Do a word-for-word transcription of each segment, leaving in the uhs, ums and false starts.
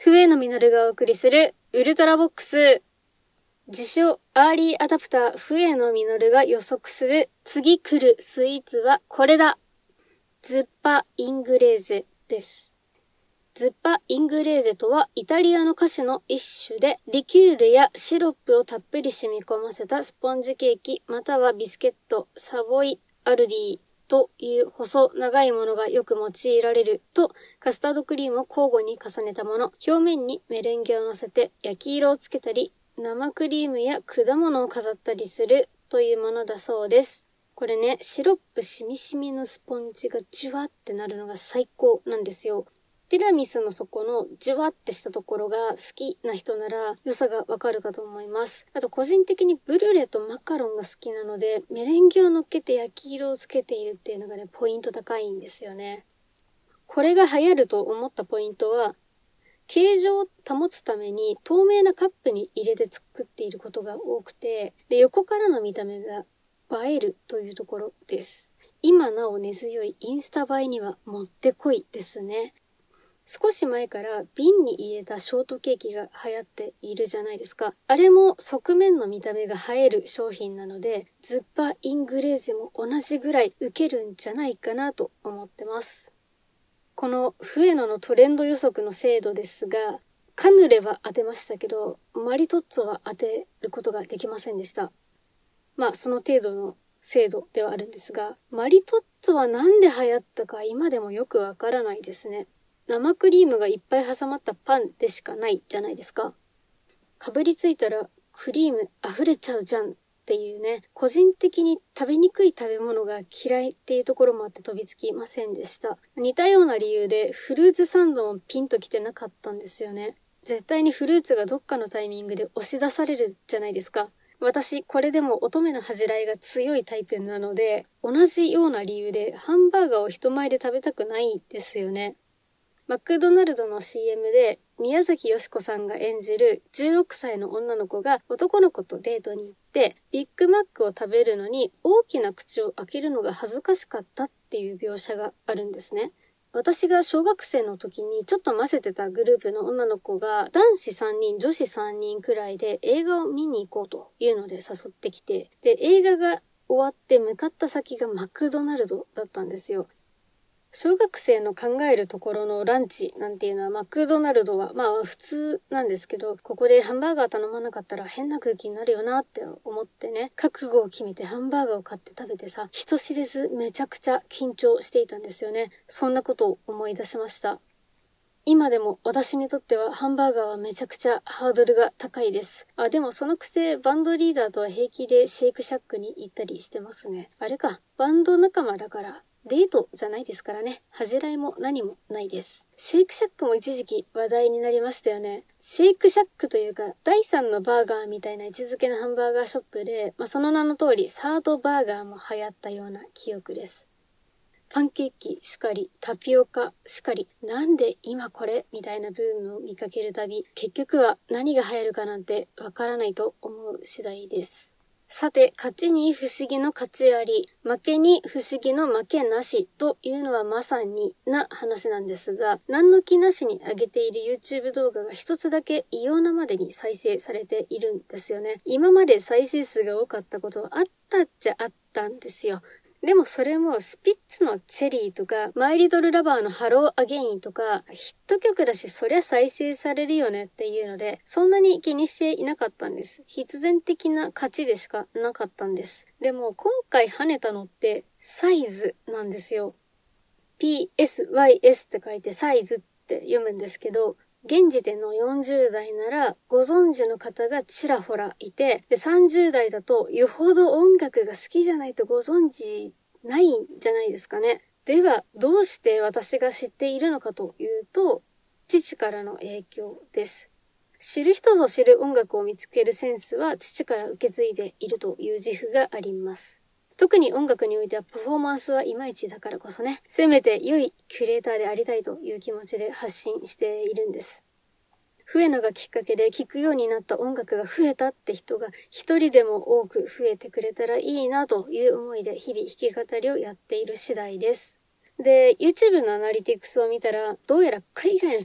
笛野実がお送りするウルトラボックス。自称アーリーアダプター笛野実が予測する次来るスイーツはこれだ。ズッパイングレーゼです。ズッパイングレーゼとはイタリアの菓子の一種で、リキュールやシロップをたっぷり染み込ませたスポンジケーキまたはビスケット、サボイアルディという細長いものがよく用いられると、カスタードクリームを交互に重ねたもの、表面にメレンゲを乗せて焼き色をつけたり、生クリームや果物を飾ったりするというものだそうです。これね、シロップしみしみのスポンジがジュワってなるのが最高なんですよ。ティラミスの底のジュワってしたところが好きな人なら良さがわかるかと思います。あと個人的にブリュレとマカロンが好きなので、メレンゲを乗っけて焼き色をつけているっていうのがね、ポイント高いんですよね。これが流行ると思ったポイントは、形状を保つために透明なカップに入れて作っていることが多くて、で、横からの見た目が映えるというところです。今なお根強いインスタ映えにはもってこいですね。少し前から瓶に入れたショートケーキが流行っているじゃないですか。あれも側面の見た目が映える商品なので、ズッパイングレーゼも同じぐらい受けるんじゃないかなと思ってます。この笛野のトレンド予測の精度ですが、カヌレは当てましたけど、マリトッツォは当てることができませんでした。まあその程度の精度ではあるんですが、マリトッツォはなんで流行ったか今でもよくわからないですね。生クリームがいっぱい挟まったパンでしかないじゃないですか。かぶりついたらクリーム溢れちゃうじゃんっていうね、個人的に食べにくい食べ物が嫌いっていうところもあって飛びつきませんでした。似たような理由でフルーツサンドもピンときてなかったんですよね。絶対にフルーツがどっかのタイミングで押し出されるじゃないですか。私、これでも乙女の恥じらいが強いタイプなので、同じような理由でハンバーガーを人前で食べたくないですよね。マクドナルドの シーエム で宮崎美子さんが演じるじゅうろくさいの女の子が男の子とデートに行ってビッグマックを食べるのに大きな口を開けるのが恥ずかしかったっていう描写があるんですね。私が小学生の時にちょっと混ぜてたグループの女の子が男子さんにん女子さんにんくらいで映画を見に行こうというので誘ってきて、で映画が終わって向かった先がマクドナルドだったんですよ。小学生の考えるところのランチなんていうのはマクドナルドはまあ普通なんですけど、ここでハンバーガー頼まなかったら変な空気になるよなって思ってね、覚悟を決めてハンバーガーを買って食べてさ、人知れずめちゃくちゃ緊張していたんですよね。そんなことを思い出しました。今でも私にとってはハンバーガーはめちゃくちゃハードルが高いです。あ、でもそのくせバンドリーダーとは平気でシェイクシャックに行ったりしてますね。あれか、バンド仲間だからデートじゃないですからね。恥じらいも何もないです。シェイクシャックも一時期話題になりましたよね。シェイクシャックというか、だいさんのバーガーみたいな位置づけのハンバーガーショップで、まあ、その名の通りサードバーガーも流行ったような記憶です。パンケーキしかり、タピオカしかり、なんで今これみたいなブームを見かけるたび、結局は何が流行るかなんてわからないと思う次第です。さて、勝ちに不思議の勝ちあり、負けに不思議の負けなしというのはまさにな話なんですが、何の気なしに上げている YouTube 動画が一つだけ異様なまでに再生されているんですよね。今まで再生数が多かったことはあったっちゃあったんですよ。でもそれもスピッツのチェリーとかマイリトルラバーのハローアゲインとかヒット曲だしそりゃ再生されるよねっていうのでそんなに気にしていなかったんです。必然的な勝ちでしかなかったんです。でも今回跳ねたのってサイズなんですよ。ピーエスワイエス って書いてサイズって読むんですけど、現時点のよんじゅう代ならご存知の方がちらほらいて、でさんじゅう代だとよほど音楽が好きじゃないとご存知ないんじゃないですかね。ではどうして私が知っているのかというと、父からの影響です。知る人ぞ知る音楽を見つけるセンスは父から受け継いでいるという自負があります。特に音楽においてはパフォーマンスはいまいちだからこそね、せめて良いキュレーターでありたいという気持ちで発信しているんです。笛野がきっかけで聴くようになった音楽が増えたって人が一人でも多く増えてくれたらいいなという思いで日々弾き語りをやっている次第です。で、YouTube のアナリティクスを見たらどうやら海外の人がいっ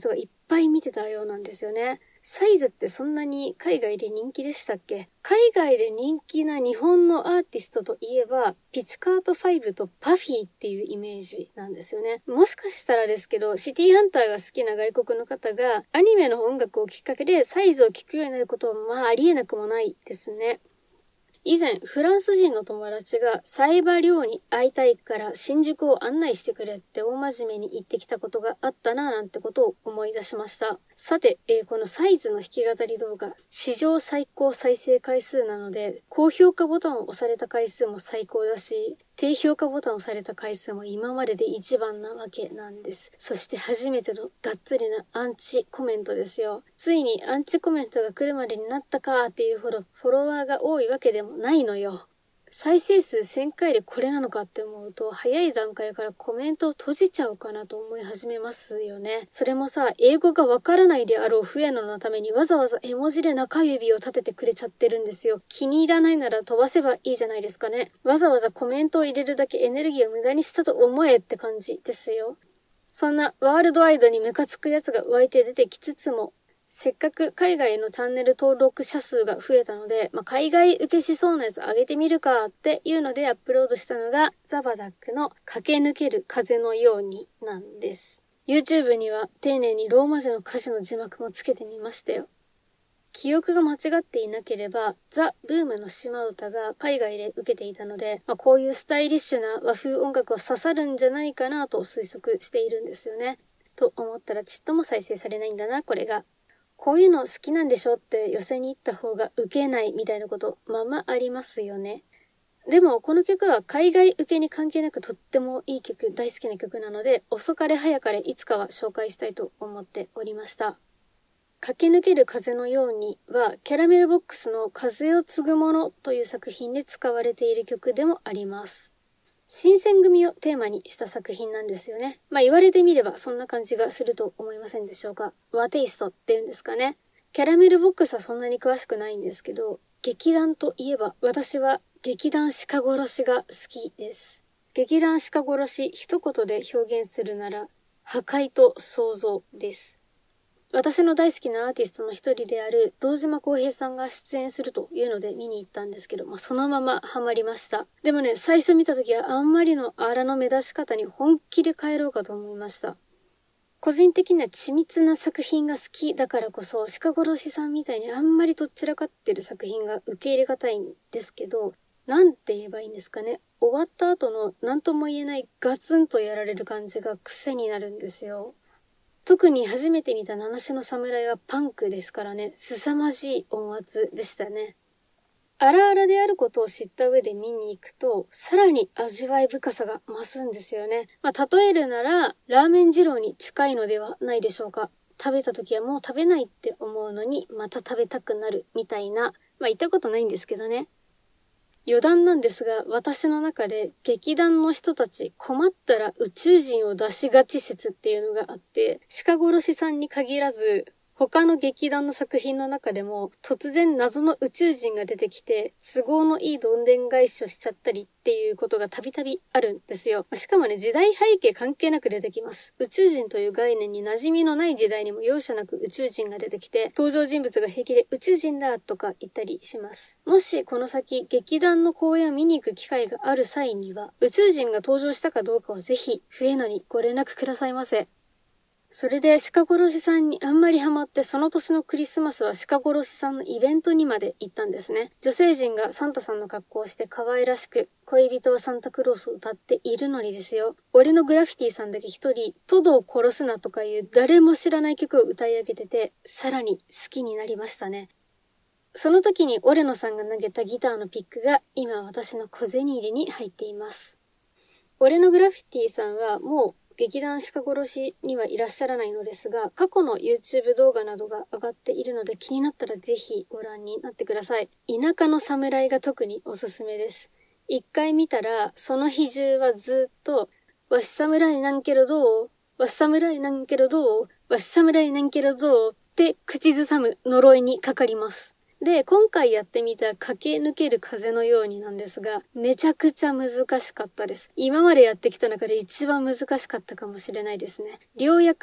ぱい見てたようなんですよね。サイズってそんなに海外で人気でしたっけ？海外で人気な日本のアーティストといえば、ピチカートファイブとパフィーっていうイメージなんですよね。もしかしたらですけど、シティハンターが好きな外国の方が、アニメの音楽をきっかけでサイズを聞くようになることはまあありえなくもないですね。以前、フランス人の友達がサイバリョウに会いたいから新宿を案内してくれって大真面目に言ってきたことがあったなぁなんてことを思い出しました。さて、えー、このサイズの弾き語り動画、史上最高再生回数なので、高評価ボタンを押された回数も最高だし、低評価ボタンを押された回数も今までで一番なわけなんです。そして初めてのがっつりなアンチコメントですよ。ついにアンチコメントが来るまでになったかっていうほどフォロワーが多いわけでもないのよ。再生数せんかいでこれなのかって思うと、早い段階からコメントを閉じちゃうかなと思い始めますよね。それもさ、英語がわからないであろう笛野のためにわざわざ絵文字で中指を立ててくれちゃってるんですよ。気に入らないなら飛ばせばいいじゃないですかね。わざわざコメントを入れるだけエネルギーを無駄にしたと思えって感じですよ。そんなワールドワイドにムカつくやつが湧いて出てきつつも、せっかく海外のチャンネル登録者数が増えたので、まあ、海外受けしそうなやつ上げてみるかっていうのでアップロードしたのがザバダックの駆け抜ける風のようになんです。YouTube には丁寧にローマ字の歌詞の字幕もつけてみましたよ。記憶が間違っていなければ、ザ・ブームの島唄が海外で受けていたので、まあ、こういうスタイリッシュな和風音楽は刺さるんじゃないかなと推測しているんですよね。と思ったらちっとも再生されないんだな、これが。こういうの好きなんでしょって寄せに行った方が受けないみたいなことままありますよね。でもこの曲は海外受けに関係なくとってもいい曲、大好きな曲なので、遅かれ早かれいつかは紹介したいと思っておりました。駆け抜ける風のようにはキャラメルボックスの風を継ぐものという作品で使われている曲でもあります。新選組をテーマにした作品なんですよね。まあ言われてみればそんな感じがすると思いませんでしょうか。和テイストっていうんですかね。キャラメルボックスはそんなに詳しくないんですけど、劇団といえば私は劇団鹿殺しが好きです。劇団鹿殺し一言で表現するなら破壊と創造です。私の大好きなアーティストの一人である堂島康平さんが出演するというので見に行ったんですけど、まあ、そのままハマりました。でもね、最初見た時はあんまりの荒の目立ち方に本気で帰ろうかと思いました。個人的には緻密な作品が好きだからこそ、鹿殺しさんみたいにあんまりとっちらかってる作品が受け入れがたいんですけど、なんて言えばいいんですかね。終わった後の何とも言えないガツンとやられる感じが癖になるんですよ。特に初めて見た七種の侍はパンクですからね、凄まじい音圧でしたね。荒々であることを知った上で見に行くと、さらに味わい深さが増すんですよね。まあ、例えるなら、ラーメン二郎に近いのではないでしょうか。食べた時はもう食べないって思うのに、また食べたくなるみたいな、まあ、言ったことないんですけどね。余談なんですが、私の中で劇団の人たち困ったら宇宙人を出しがち説っていうのがあって、鹿殺しさんに限らず、他の劇団の作品の中でも突然謎の宇宙人が出てきて都合のいいどんでん返しをしちゃったりっていうことがたびたびあるんですよ。しかもね、時代背景関係なく出てきます。宇宙人という概念に馴染みのない時代にも容赦なく宇宙人が出てきて、登場人物が平気で宇宙人だとか言ったりします。もしこの先劇団の公演を見に行く機会がある際には、宇宙人が登場したかどうかはぜひ笛野にご連絡くださいませ。それで鹿殺しさんにあんまりハマって、その年のクリスマスは鹿殺しさんのイベントにまで行ったんですね。女性陣がサンタさんの格好をして可愛らしく、恋人はサンタクロースを歌っているのにですよ。俺のグラフィティさんだけ一人、トドを殺すなとかいう誰も知らない曲を歌い上げてて、さらに好きになりましたね。その時にオレノさんが投げたギターのピックが今私の小銭入れに入っています。俺のグラフィティさんはもう劇団鹿殺しにはいらっしゃらないのですが、過去の YouTube 動画などが上がっているので気になったらぜひご覧になってください。田舎の侍が特におすすめです。一回見たらその日中はずっとわし侍なんけどどうわし侍なんけどどうわし侍なんけどどうって口ずさむ呪いにかかります。で、今回やってみた駆け抜ける風のようになんですが、めちゃくちゃ難しかったです。今までやってきた中で一番難しかったかもしれないですね。良薬、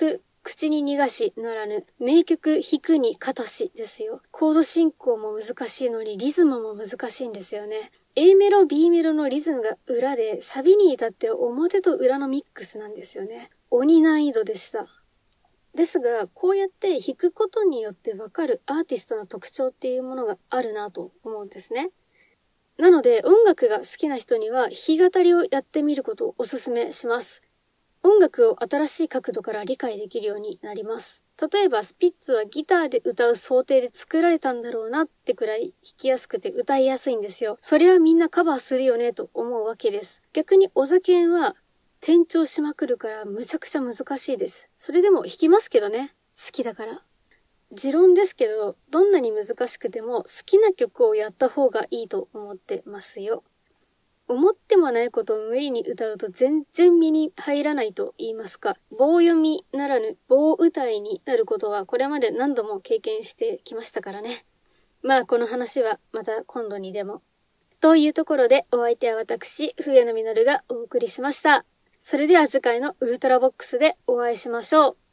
口に逃がしならぬ、名曲弾くに片しですよ。コード進行も難しいのにリズムも難しいんですよね。A メロ、B メロのリズムが裏で、サビに至って表と裏のミックスなんですよね。鬼難易度でした。ですが、こうやって弾くことによってわかるアーティストの特徴っていうものがあるなと思うんですね。なので、音楽が好きな人には弾き語りをやってみることをお勧めします。音楽を新しい角度から理解できるようになります。例えば、スピッツはギターで歌う想定で作られたんだろうなってくらい弾きやすくて歌いやすいんですよ。それはみんなカバーするよねと思うわけです。逆にお酒は転調しまくるからむちゃくちゃ難しいです。それでも弾きますけどね。好きだから。持論ですけど、どんなに難しくても好きな曲をやった方がいいと思ってますよ。思ってもないことを無理に歌うと全然身に入らないと言いますか、棒読みならぬ棒歌いになることはこれまで何度も経験してきましたからね。まあこの話はまた今度にでも。というところでお相手は私、笛野実がお送りしました。それでは次回のウルトラボックスでお会いしましょう。